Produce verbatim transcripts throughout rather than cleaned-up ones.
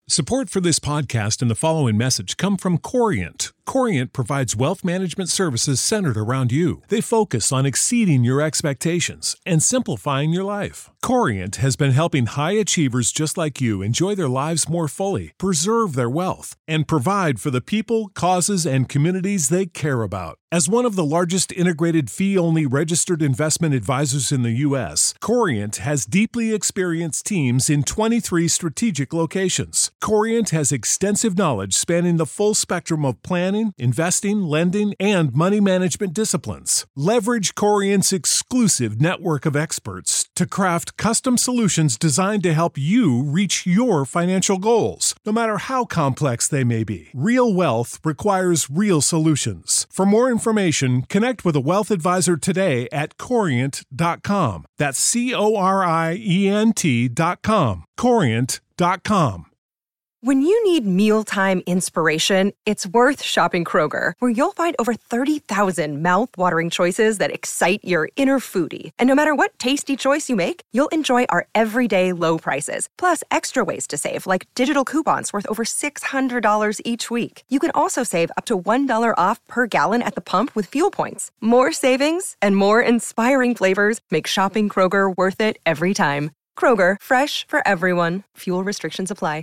Support for this podcast and the following message come from Corient. Corient provides wealth management services centered around you. They focus on exceeding your expectations and simplifying your life. Corient has been helping high achievers just like you enjoy their lives more fully, preserve their wealth, and provide for the people, causes, and communities they care about. As one of the largest integrated fee-only registered investment advisors in the U S, Corient has deeply experienced teams in twenty-three strategic locations. Corient has extensive knowledge spanning the full spectrum of planning, investing, lending, and money management disciplines. Leverage Corient's exclusive network of experts to craft custom solutions designed to help you reach your financial goals, no matter how complex they may be. Real wealth requires real solutions. For more information, connect with a wealth advisor today at corient dot com. That's C O R I E N T dot com. corient dot com. When you need mealtime inspiration, it's worth shopping Kroger, where you'll find over thirty thousand mouth-watering choices that excite your inner foodie. And no matter what tasty choice you make, you'll enjoy our everyday low prices, plus extra ways to save, like digital coupons worth over six hundred dollars each week. You can also save up to one dollar off per gallon at the pump with fuel points. More savings and more inspiring flavors make shopping Kroger worth it every time. Kroger, fresh for everyone. Fuel restrictions apply.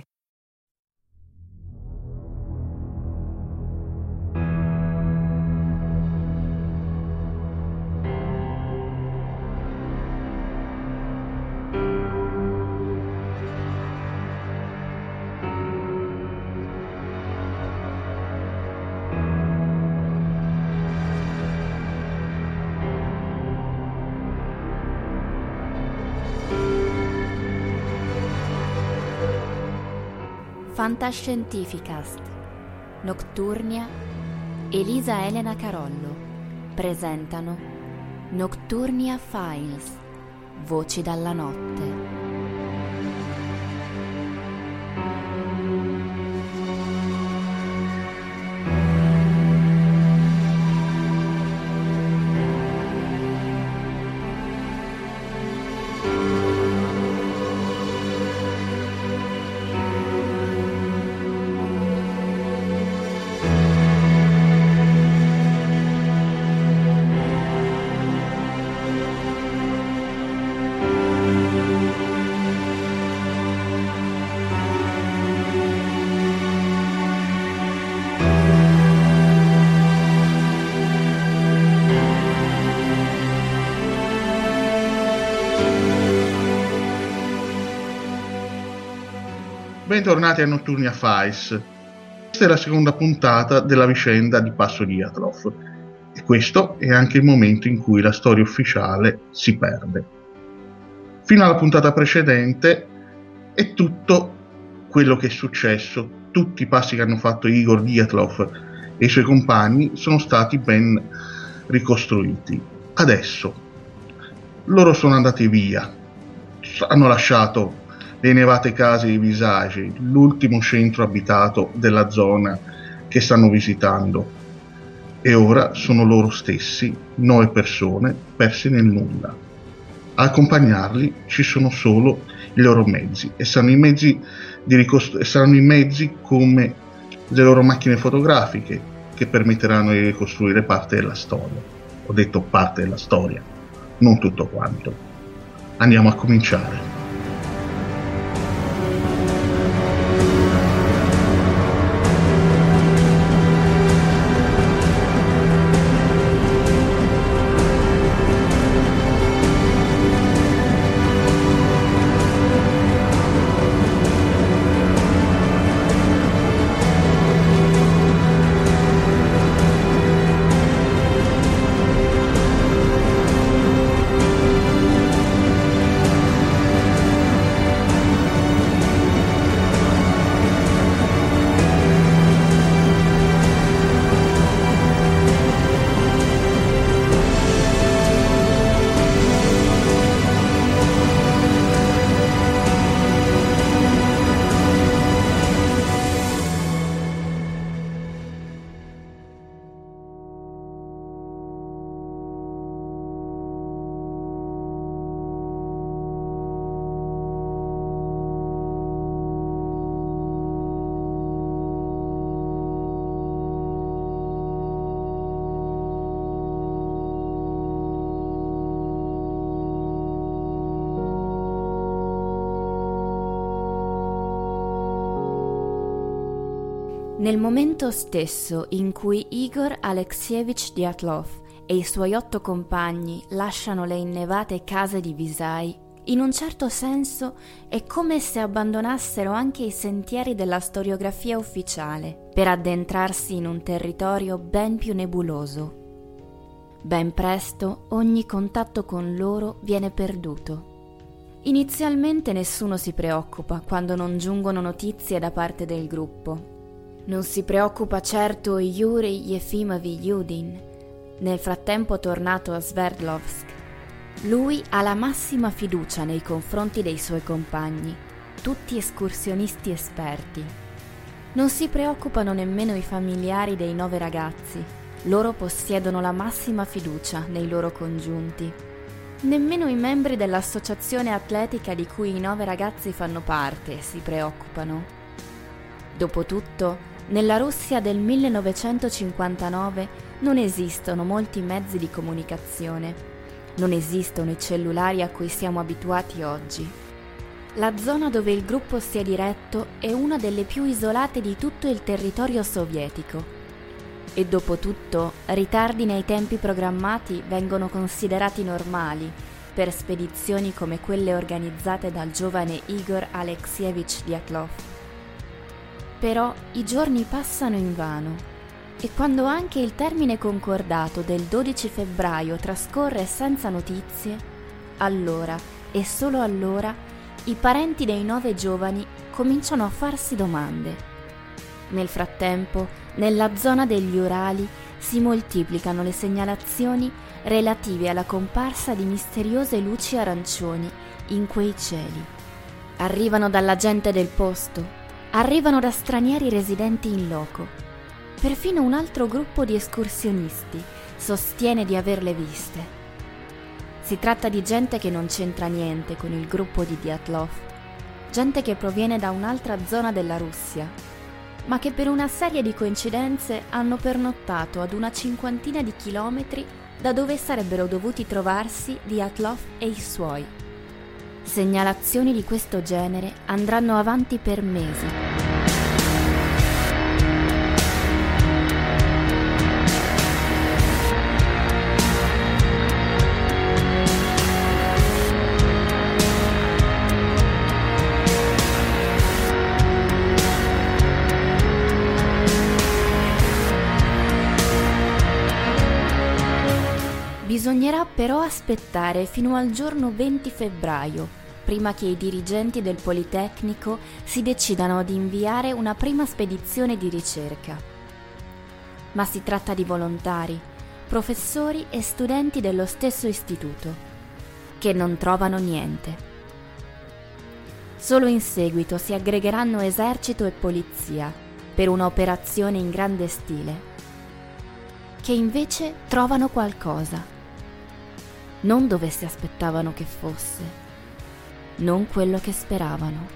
Fantascientificast, Nocturnia, Elisa Elena Carollo presentano Nocturnia Files, Voci dalla notte. Bentornati a Nocturnia Files. Questa è la seconda puntata della vicenda di Passo Dyatlov e questo è anche il momento in cui la storia ufficiale si perde. Fino alla puntata precedente è tutto quello che è successo, tutti i passi che hanno fatto Igor Dyatlov e i suoi compagni sono stati ben ricostruiti. Adesso loro sono andati via, hanno lasciato le nevate case di Visage, l'ultimo centro abitato della zona che stanno visitando, e ora sono loro stessi, nove persone perse nel nulla. A accompagnarli ci sono solo i loro mezzi e saranno i mezzi, di ricostru- saranno i mezzi come le loro macchine fotografiche che permetteranno di ricostruire parte della storia. Ho detto parte della storia, non tutto quanto. Andiamo a cominciare. Nel momento stesso in cui Igor Alekseyevich Dyatlov e i suoi otto compagni lasciano le innevate case di Visay, in un certo senso è come se abbandonassero anche i sentieri della storiografia ufficiale per addentrarsi in un territorio ben più nebuloso. Ben presto ogni contatto con loro viene perduto. Inizialmente nessuno si preoccupa quando non giungono notizie da parte del gruppo. Non si preoccupa certo Yuri Yefimovich Yudin, nel frattempo tornato a Sverdlovsk. Lui ha la massima fiducia nei confronti dei suoi compagni, tutti escursionisti esperti. Non si preoccupano nemmeno i familiari dei nove ragazzi, loro possiedono la massima fiducia nei loro congiunti. Nemmeno i membri dell'associazione atletica di cui i nove ragazzi fanno parte si preoccupano. Dopotutto, nella Russia del millenovecentocinquantanove non esistono molti mezzi di comunicazione. Non esistono i cellulari a cui siamo abituati oggi. La zona dove il gruppo si è diretto è una delle più isolate di tutto il territorio sovietico. E dopotutto, ritardi nei tempi programmati vengono considerati normali per spedizioni come quelle organizzate dal giovane Igor Alekseyevich Dyatlov. Però i giorni passano invano. E quando anche il termine concordato del dodici febbraio trascorre senza notizie, allora, e solo allora, i parenti dei nove giovani cominciano a farsi domande. Nel frattempo, nella zona degli Urali si moltiplicano le segnalazioni relative alla comparsa di misteriose luci arancioni in quei cieli. Arrivano dalla gente del posto, arrivano da stranieri residenti in loco. Perfino un altro gruppo di escursionisti sostiene di averle viste. Si tratta di gente che non c'entra niente con il gruppo di Dyatlov, gente che proviene da un'altra zona della Russia, ma che per una serie di coincidenze hanno pernottato ad una cinquantina di chilometri da dove sarebbero dovuti trovarsi Dyatlov e i suoi. Segnalazioni di questo genere andranno avanti per mesi. Bisognerà però aspettare fino al giorno venti febbraio, prima che i dirigenti del Politecnico si decidano ad inviare una prima spedizione di ricerca. Ma si tratta di volontari, professori e studenti dello stesso istituto, che non trovano niente. Solo in seguito si aggregheranno esercito e polizia per un'operazione in grande stile, che invece trovano qualcosa. Non dove si aspettavano che fosse, non quello che speravano.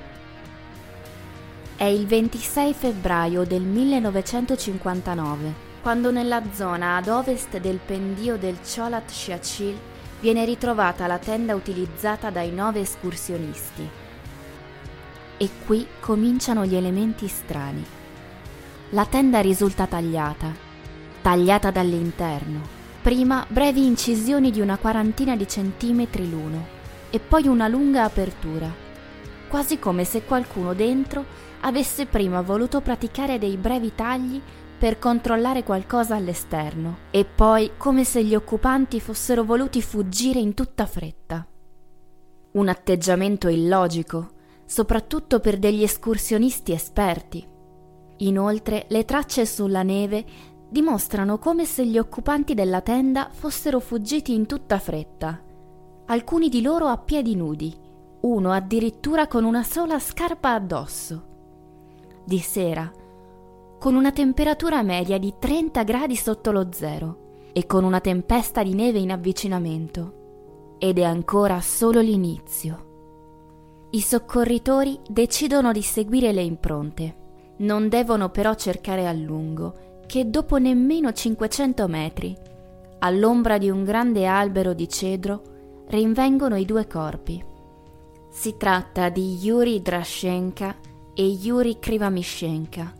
È il ventisei febbraio del millenovecentocinquantanove, quando nella zona ad ovest del pendio del Cholat Shiachil viene ritrovata la tenda utilizzata dai nove escursionisti. E qui cominciano gli elementi strani. La tenda risulta tagliata, tagliata dall'interno. Prima brevi incisioni di una quarantina di centimetri l'uno e poi una lunga apertura, quasi come se qualcuno dentro avesse prima voluto praticare dei brevi tagli per controllare qualcosa all'esterno e poi come se gli occupanti fossero voluti fuggire in tutta fretta. Un atteggiamento illogico, soprattutto per degli escursionisti esperti. Inoltre le tracce sulla neve dimostrano come se gli occupanti della tenda fossero fuggiti in tutta fretta, alcuni di loro a piedi nudi, uno addirittura con una sola scarpa addosso. Di sera, con una temperatura media di trenta gradi sotto lo zero e con una tempesta di neve in avvicinamento. Ed è ancora solo l'inizio. I soccorritori decidono di seguire le impronte. Non devono però cercare a lungo, che dopo nemmeno cinquecento metri, all'ombra di un grande albero di cedro, rinvengono i due corpi. Si tratta di Yuri Drashenka e Yuri Krivamishenka,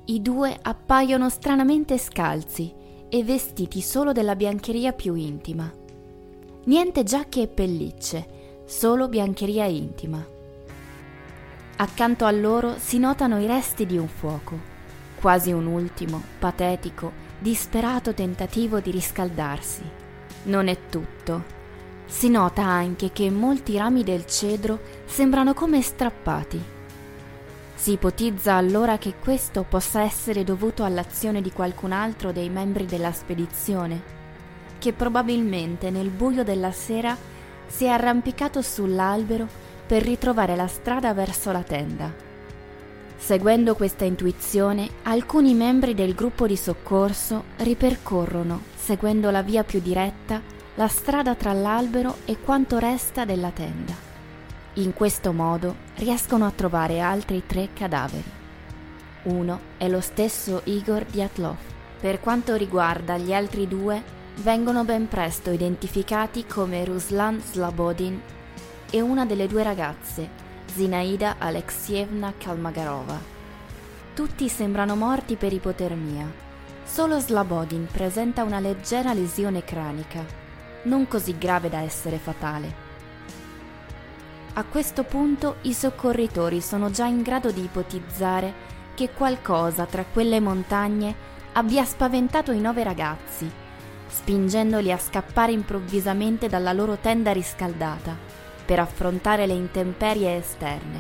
i due appaiono stranamente scalzi e vestiti solo della biancheria più intima. Niente giacche e pellicce, solo biancheria intima. Accanto a loro si notano i resti di un fuoco, quasi un ultimo, patetico, disperato tentativo di riscaldarsi. Non è tutto. Si nota anche che molti rami del cedro sembrano come strappati. Si ipotizza allora che questo possa essere dovuto all'azione di qualcun altro dei membri della spedizione, che probabilmente nel buio della sera si è arrampicato sull'albero per ritrovare la strada verso la tenda. Seguendo questa intuizione, alcuni membri del gruppo di soccorso ripercorrono, seguendo la via più diretta, la strada tra l'albero e quanto resta della tenda. In questo modo riescono a trovare altri tre cadaveri. Uno è lo stesso Igor Dyatlov. Per quanto riguarda gli altri due, vengono ben presto identificati come Ruslan Slobodin e una delle due ragazze, Zinaida Alexievna Kalmagarova. Tutti sembrano morti per ipotermia. Solo Slobodin presenta una leggera lesione cranica, non così grave da essere fatale. A questo punto i soccorritori sono già in grado di ipotizzare che qualcosa tra quelle montagne abbia spaventato i nove ragazzi, spingendoli a scappare improvvisamente dalla loro tenda riscaldata per affrontare le intemperie esterne.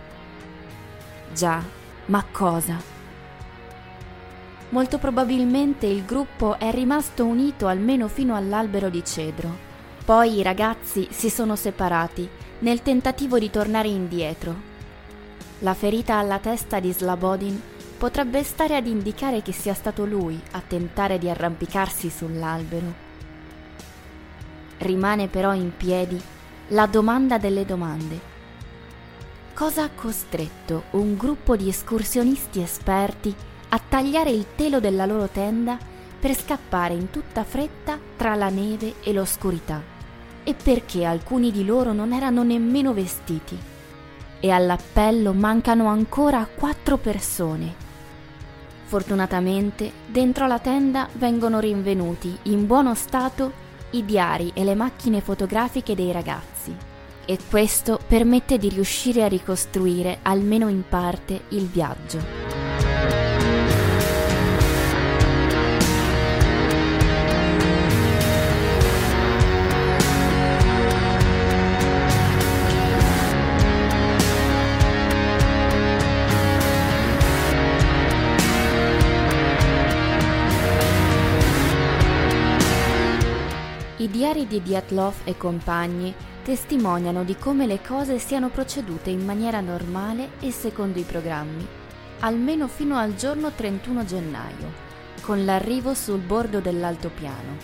Già, ma cosa? Molto probabilmente il gruppo è rimasto unito almeno fino all'albero di cedro. Poi i ragazzi si sono separati nel tentativo di tornare indietro. La ferita alla testa di Slobodin potrebbe stare ad indicare che sia stato lui a tentare di arrampicarsi sull'albero. Rimane però in piedi la domanda delle domande. Cosa ha costretto un gruppo di escursionisti esperti a tagliare il telo della loro tenda per scappare in tutta fretta tra la neve e l'oscurità? E perché alcuni di loro non erano nemmeno vestiti? E all'appello mancano ancora quattro persone. Fortunatamente, dentro la tenda vengono rinvenuti in buono stato i diari e le macchine fotografiche dei ragazzi, e questo permette di riuscire a ricostruire, almeno in parte, il viaggio. I diari di Dyatlov e compagni testimoniano di come le cose siano procedute in maniera normale e secondo i programmi, almeno fino al giorno trentuno gennaio, con l'arrivo sul bordo dell'altopiano.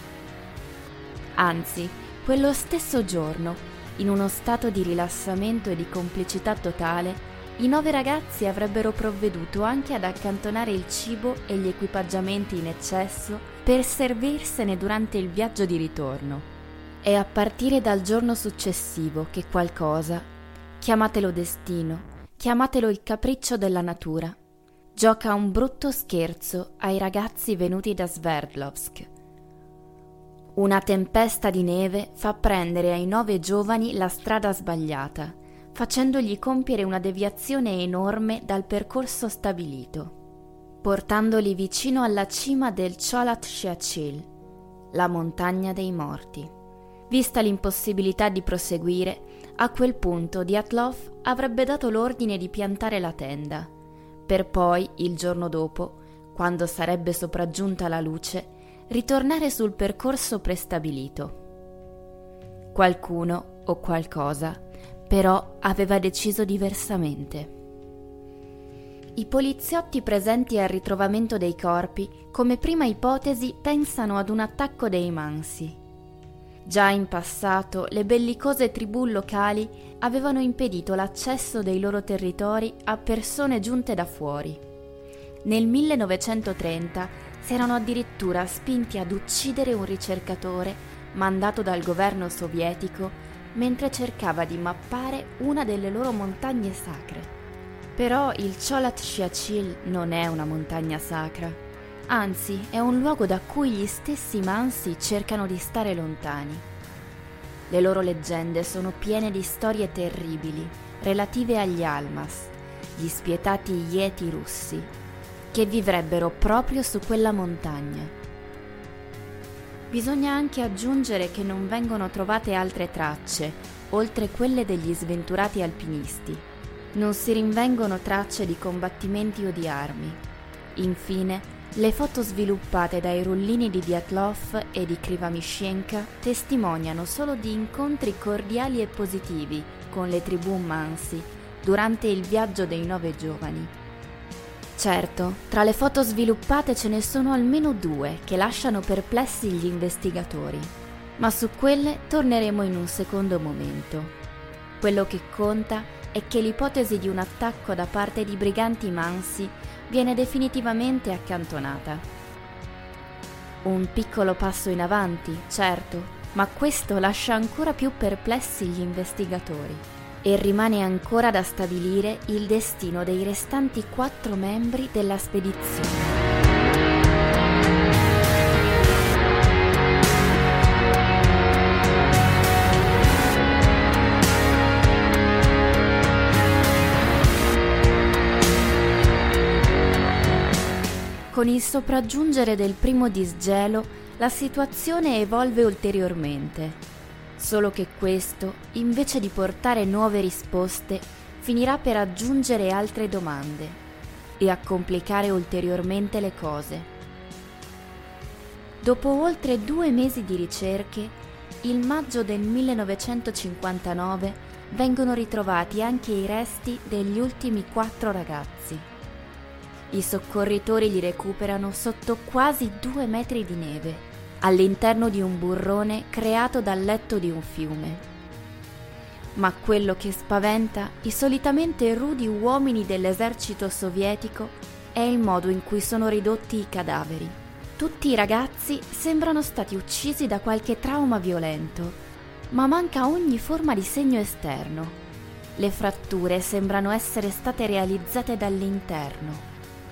Anzi, quello stesso giorno, in uno stato di rilassamento e di complicità totale, i nove ragazzi avrebbero provveduto anche ad accantonare il cibo e gli equipaggiamenti in eccesso per servirsene durante il viaggio di ritorno. È a partire dal giorno successivo che qualcosa, chiamatelo destino, chiamatelo il capriccio della natura, gioca un brutto scherzo ai ragazzi venuti da Sverdlovsk. Una tempesta di neve fa prendere ai nove giovani la strada sbagliata, facendogli compiere una deviazione enorme dal percorso stabilito, portandoli vicino alla cima del Cholat Sheachil, la montagna dei morti. Vista l'impossibilità di proseguire, a quel punto Dyatlov avrebbe dato l'ordine di piantare la tenda, per poi, il giorno dopo, quando sarebbe sopraggiunta la luce, ritornare sul percorso prestabilito. Qualcuno o qualcosa però aveva deciso diversamente. I poliziotti presenti al ritrovamento dei corpi, come prima ipotesi, pensano ad un attacco dei Mansi. Già in passato le bellicose tribù locali avevano impedito l'accesso dei loro territori a persone giunte da fuori. Nel millenovecentotrenta si erano addirittura spinti ad uccidere un ricercatore mandato dal governo sovietico mentre cercava di mappare una delle loro montagne sacre. Però il Cholat Shiachil non è una montagna sacra, anzi è un luogo da cui gli stessi Mansi cercano di stare lontani. Le loro leggende sono piene di storie terribili relative agli Almas, gli spietati Yeti russi, che vivrebbero proprio su quella montagna. Bisogna anche aggiungere che non vengono trovate altre tracce, oltre quelle degli sventurati alpinisti. Non si rinvengono tracce di combattimenti o di armi. Infine, le foto sviluppate dai rullini di Dyatlov e di Krivamishenka testimoniano solo di incontri cordiali e positivi con le tribù Mansi durante il viaggio dei nove giovani. Certo, tra le foto sviluppate ce ne sono almeno due che lasciano perplessi gli investigatori, ma su quelle torneremo in un secondo momento. Quello che conta è che l'ipotesi di un attacco da parte di briganti Mansi viene definitivamente accantonata. Un piccolo passo in avanti, certo, ma questo lascia ancora più perplessi gli investigatori e rimane ancora da stabilire il destino dei restanti quattro membri della spedizione. Con il sopraggiungere del primo disgelo, la situazione evolve ulteriormente. Solo che questo, invece di portare nuove risposte, finirà per aggiungere altre domande e a complicare ulteriormente le cose. Dopo oltre due mesi di ricerche, il maggio del millenovecentocinquantanove vengono ritrovati anche i resti degli ultimi quattro ragazzi. I soccorritori li recuperano sotto quasi due metri di neve, all'interno di un burrone creato dal letto di un fiume. Ma quello che spaventa i solitamente rudi uomini dell'esercito sovietico è il modo in cui sono ridotti i cadaveri. Tutti i ragazzi sembrano stati uccisi da qualche trauma violento, ma manca ogni forma di segno esterno. Le fratture sembrano essere state realizzate dall'interno.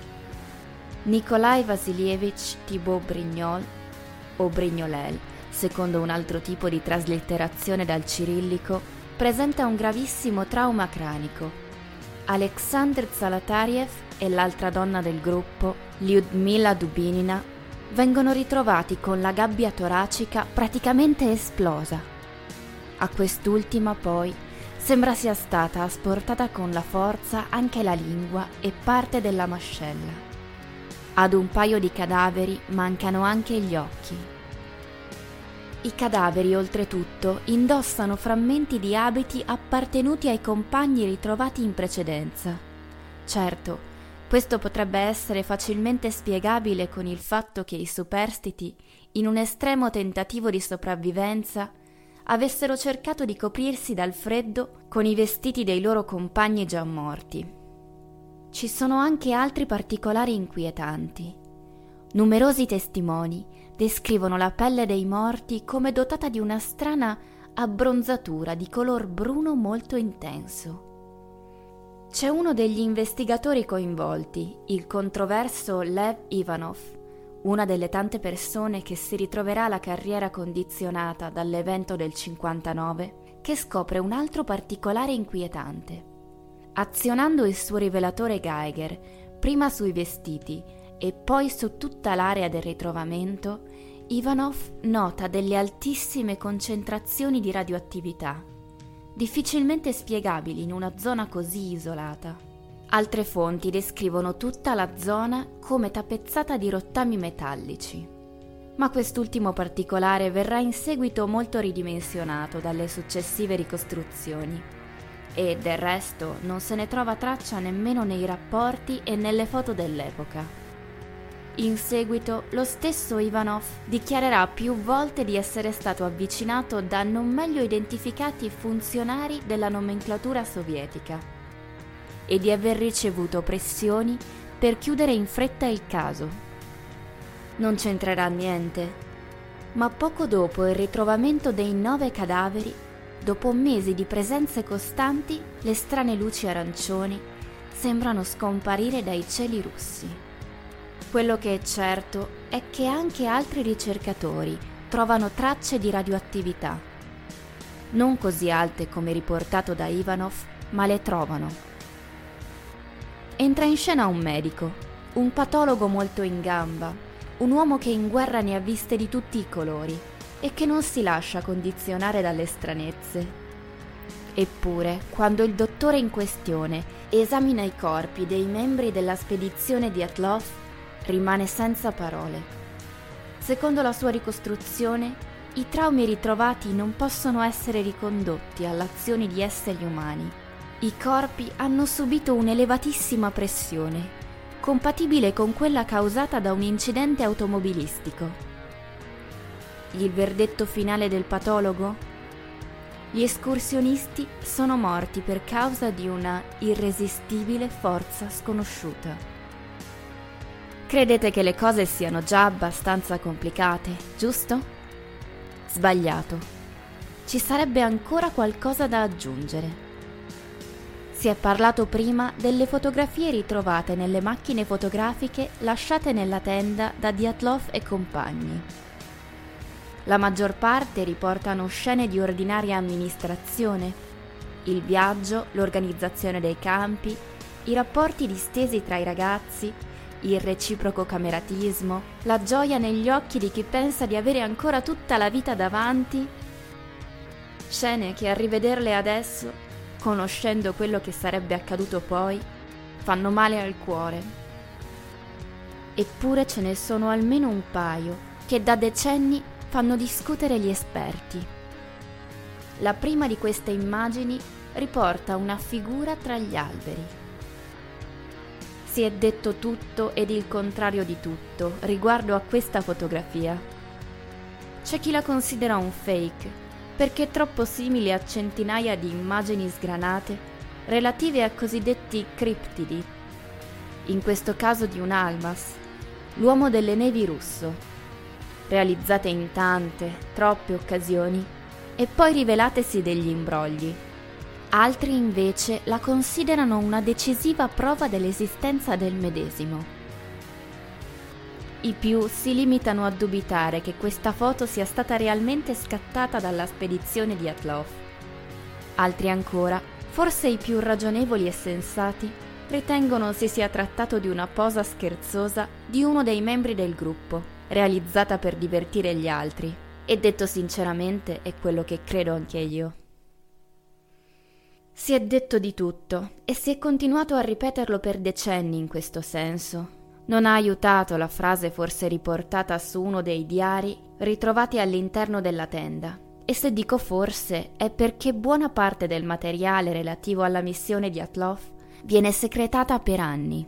Nikolai Vasilievich Thibaut Brignol, o Brignolel, secondo un altro tipo di traslitterazione dal cirillico, presenta un gravissimo trauma cranico. Alexander Zalatariev e l'altra donna del gruppo, Lyudmila Dubinina, vengono ritrovati con la gabbia toracica praticamente esplosa. A quest'ultima, poi, sembra sia stata asportata con la forza anche la lingua e parte della mascella. Ad un paio di cadaveri mancano anche gli occhi. I cadaveri, oltretutto, indossano frammenti di abiti appartenuti ai compagni ritrovati in precedenza. Certo, questo potrebbe essere facilmente spiegabile con il fatto che i superstiti, in un estremo tentativo di sopravvivenza, avessero cercato di coprirsi dal freddo con i vestiti dei loro compagni già morti. Ci sono anche altri particolari inquietanti. Numerosi testimoni descrivono la pelle dei morti come dotata di una strana abbronzatura di color bruno molto intenso. C'è uno degli investigatori coinvolti, il controverso Lev Ivanov, una delle tante persone che si ritroverà la carriera condizionata dall'evento del cinquantanove, che scopre un altro particolare inquietante. Azionando il suo rivelatore Geiger, prima sui vestiti e poi su tutta l'area del ritrovamento, Ivanov nota delle altissime concentrazioni di radioattività, difficilmente spiegabili in una zona così isolata. Altre fonti descrivono tutta la zona come tappezzata di rottami metallici, ma quest'ultimo particolare verrà in seguito molto ridimensionato dalle successive ricostruzioni. E del resto non se ne trova traccia nemmeno nei rapporti e nelle foto dell'epoca. In seguito lo stesso Ivanov dichiarerà più volte di essere stato avvicinato da non meglio identificati funzionari della nomenclatura sovietica e di aver ricevuto pressioni per chiudere in fretta il caso. Non c'entrerà niente, ma poco dopo il ritrovamento dei nove cadaveri, dopo mesi di presenze costanti, le strane luci arancioni sembrano scomparire dai cieli russi. Quello che è certo è che anche altri ricercatori trovano tracce di radioattività. Non così alte come riportato da Ivanov, ma le trovano. Entra in scena un medico, un patologo molto in gamba, un uomo che in guerra ne ha viste di tutti i colori e che non si lascia condizionare dalle stranezze. Eppure, quando il dottore in questione esamina i corpi dei membri della spedizione di Dyatlov, rimane senza parole. Secondo la sua ricostruzione, i traumi ritrovati non possono essere ricondotti all'azione di esseri umani. I corpi hanno subito un'elevatissima pressione, compatibile con quella causata da un incidente automobilistico. Il verdetto finale del patologo? Gli escursionisti sono morti per causa di una irresistibile forza sconosciuta. Credete che le cose siano già abbastanza complicate, giusto? Sbagliato. Ci sarebbe ancora qualcosa da aggiungere. Si è parlato prima delle fotografie ritrovate nelle macchine fotografiche lasciate nella tenda da Dyatlov e compagni. La maggior parte riportano scene di ordinaria amministrazione, il viaggio, l'organizzazione dei campi, i rapporti distesi tra i ragazzi, il reciproco cameratismo, la gioia negli occhi di chi pensa di avere ancora tutta la vita davanti. Scene che a rivederle adesso, conoscendo quello che sarebbe accaduto poi, fanno male al cuore. Eppure ce ne sono almeno un paio che da decenni fanno discutere gli esperti. La prima di queste immagini riporta una figura tra gli alberi. Si è detto tutto ed il contrario di tutto riguardo a questa fotografia. C'è chi la considera un fake perché è troppo simile a centinaia di immagini sgranate relative a cosiddetti criptidi, in questo caso di un Almaz, l'uomo delle nevi russo, realizzate in tante, troppe occasioni e poi rivelatesi degli imbrogli. Altri invece la considerano una decisiva prova dell'esistenza del medesimo. I più si limitano a dubitare che questa foto sia stata realmente scattata dalla spedizione di Dyatlov. Altri ancora, forse i più ragionevoli e sensati, ritengono si sia trattato di una posa scherzosa di uno dei membri del gruppo, realizzata per divertire gli altri, e detto sinceramente è quello che credo anche io. Si è detto di tutto e si è continuato a ripeterlo per decenni in questo senso. Non ha aiutato la frase forse riportata su uno dei diari ritrovati all'interno della tenda, e se dico forse è perché buona parte del materiale relativo alla missione di Dyatlov viene secretata per anni.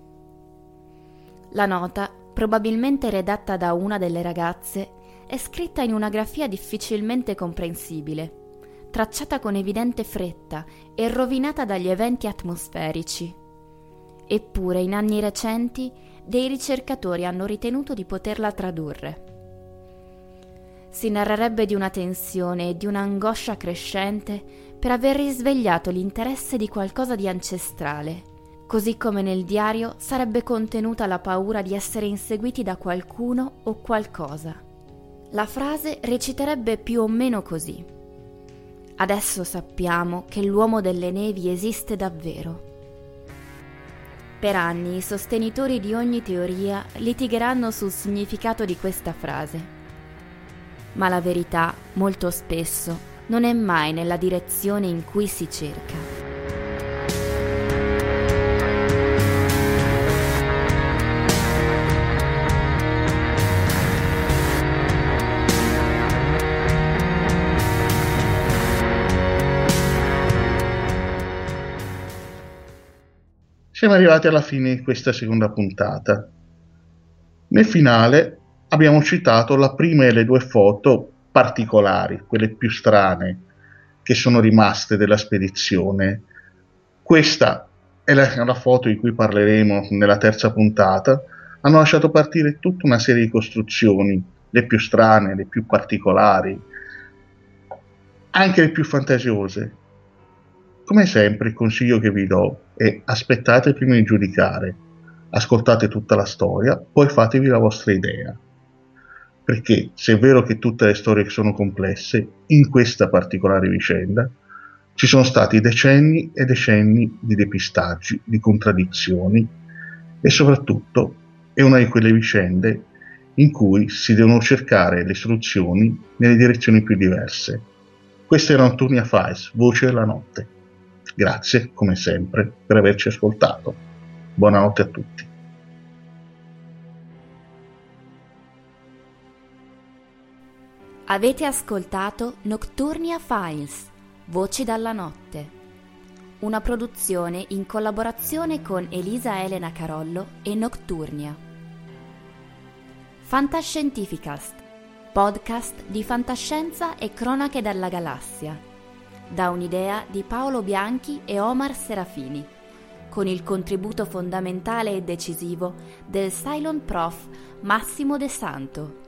La nota, probabilmente redatta da una delle ragazze, è scritta in una grafia difficilmente comprensibile, tracciata con evidente fretta e rovinata dagli eventi atmosferici. Eppure in anni recenti dei ricercatori hanno ritenuto di poterla tradurre. Si narrerebbe di una tensione e di un'angoscia crescente per aver risvegliato l'interesse di qualcosa di ancestrale, così come nel diario sarebbe contenuta la paura di essere inseguiti da qualcuno o qualcosa. La frase reciterebbe più o meno così: adesso sappiamo che l'uomo delle nevi esiste davvero. Per anni i sostenitori di ogni teoria litigheranno sul significato di questa frase, ma la verità, molto spesso, non è mai nella direzione in cui si cerca. Siamo arrivati alla fine di questa seconda puntata. Nel finale abbiamo citato la prima e le due foto particolari, quelle più strane, che sono rimaste della spedizione. Questa è la, la foto di cui parleremo nella terza puntata. Hanno lasciato partire tutta una serie di costruzioni, le più strane, le più particolari, anche le più fantasiose. Come sempre il consiglio che vi do è: aspettate prima di giudicare, ascoltate tutta la storia, poi fatevi la vostra idea. Perché se è vero che tutte le storie sono complesse, in questa particolare vicenda ci sono stati decenni e decenni di depistaggi, di contraddizioni, e soprattutto è una di quelle vicende in cui si devono cercare le soluzioni nelle direzioni più diverse. Questa era Notturnia Files, Voce della Notte. Grazie, come sempre, per averci ascoltato. Buonanotte a tutti. Avete ascoltato Nocturnia Files, Voci dalla Notte, una produzione in collaborazione con Elisa Elena Carollo e Nocturnia. Fantascientificast, podcast di fantascienza e cronache dalla galassia, da un'idea di Paolo Bianchi e Omar Serafini, con il contributo fondamentale e decisivo del Cylon Prof Massimo De Santo.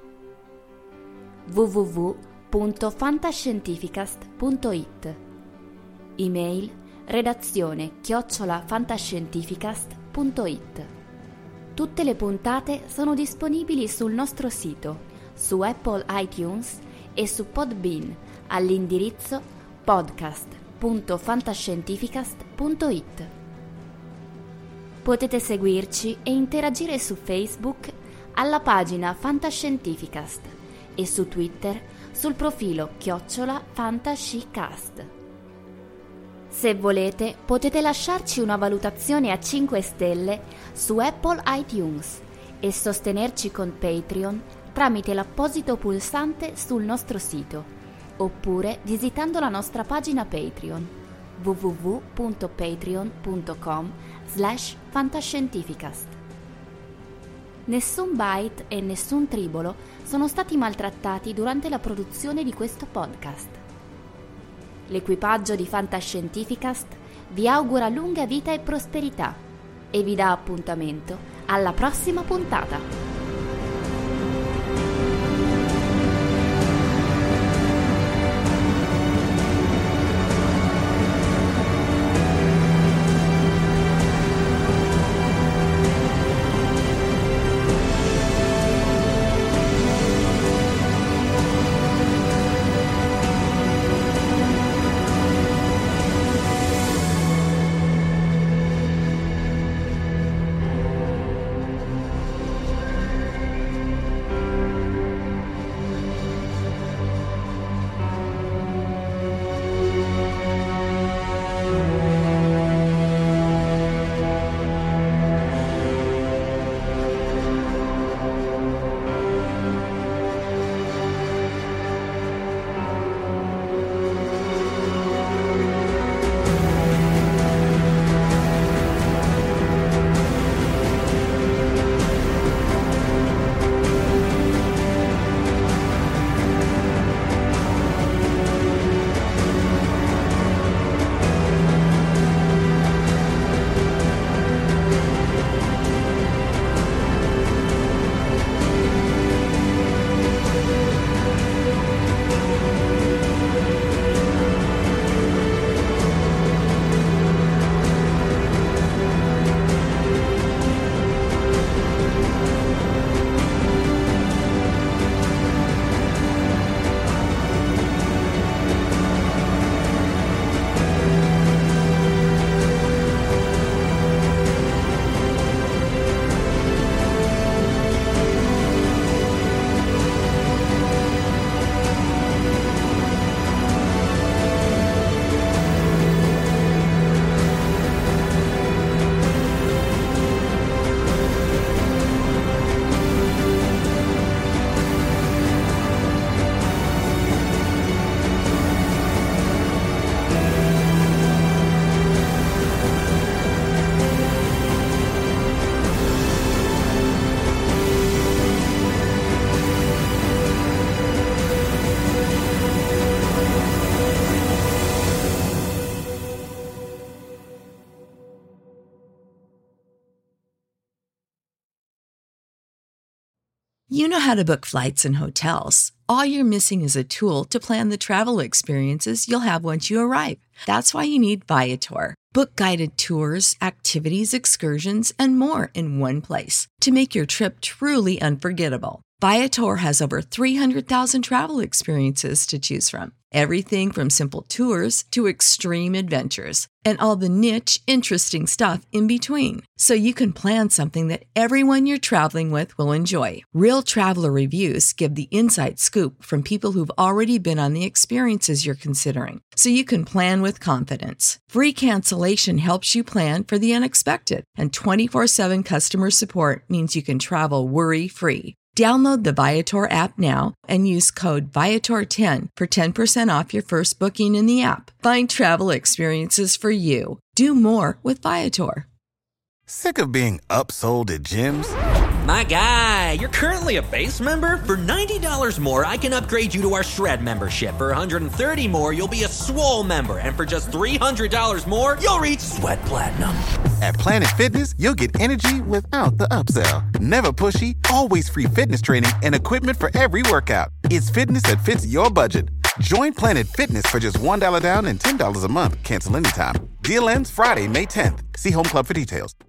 w w w punto fantascientificast punto it. Email redazione chiocciola fantascientificast punto it. Tutte le puntate sono disponibili sul nostro sito, su Apple iTunes e su Podbean all'indirizzo podcast punto fantascientificast punto it. Potete seguirci e interagire su Facebook alla pagina Fantascientificast e su Twitter sul profilo chiocciola fantascicast. Se volete potete lasciarci una valutazione a cinque stelle su Apple iTunes e sostenerci con Patreon tramite l'apposito pulsante sul nostro sito, oppure visitando la nostra pagina Patreon w w w punto patreon punto com slash fantascientificast. Nessun byte e nessun tribolo sono stati maltrattati durante la produzione di questo podcast. L'equipaggio di Fantascientificast vi augura lunga vita e prosperità e vi dà appuntamento alla prossima puntata. You know how to book flights and hotels. All you're missing is a tool to plan the travel experiences you'll have once you arrive. That's why you need Viator. Book guided tours, activities, excursions, and more in one place to make your trip truly unforgettable. Viator has over three hundred thousand travel experiences to choose from. Everything from simple tours to extreme adventures and all the niche, interesting stuff in between. So you can plan something that everyone you're traveling with will enjoy. Real traveler reviews give the inside scoop from people who've already been on the experiences you're considering. So you can plan with confidence. Free cancellation helps you plan for the unexpected. And twenty-four seven customer support means you can travel worry-free. Download the Viator app now and use code Viator ten for ten percent off your first booking in the app. Find travel experiences for you. Do more with Viator. Sick of being upsold at gyms? My guy, you're currently a base member. For ninety dollars more, I can upgrade you to our Shred membership. For one hundred thirty dollars more, you'll be a Swole member. And for just three hundred dollars more, you'll reach Sweat Platinum. At Planet Fitness, you'll get energy without the upsell. Never pushy, always free fitness training and equipment for every workout. It's fitness that fits your budget. Join Planet Fitness for just one dollar down and ten dollars a month. Cancel anytime. Deal ends Friday, May tenth. See Home Club for details.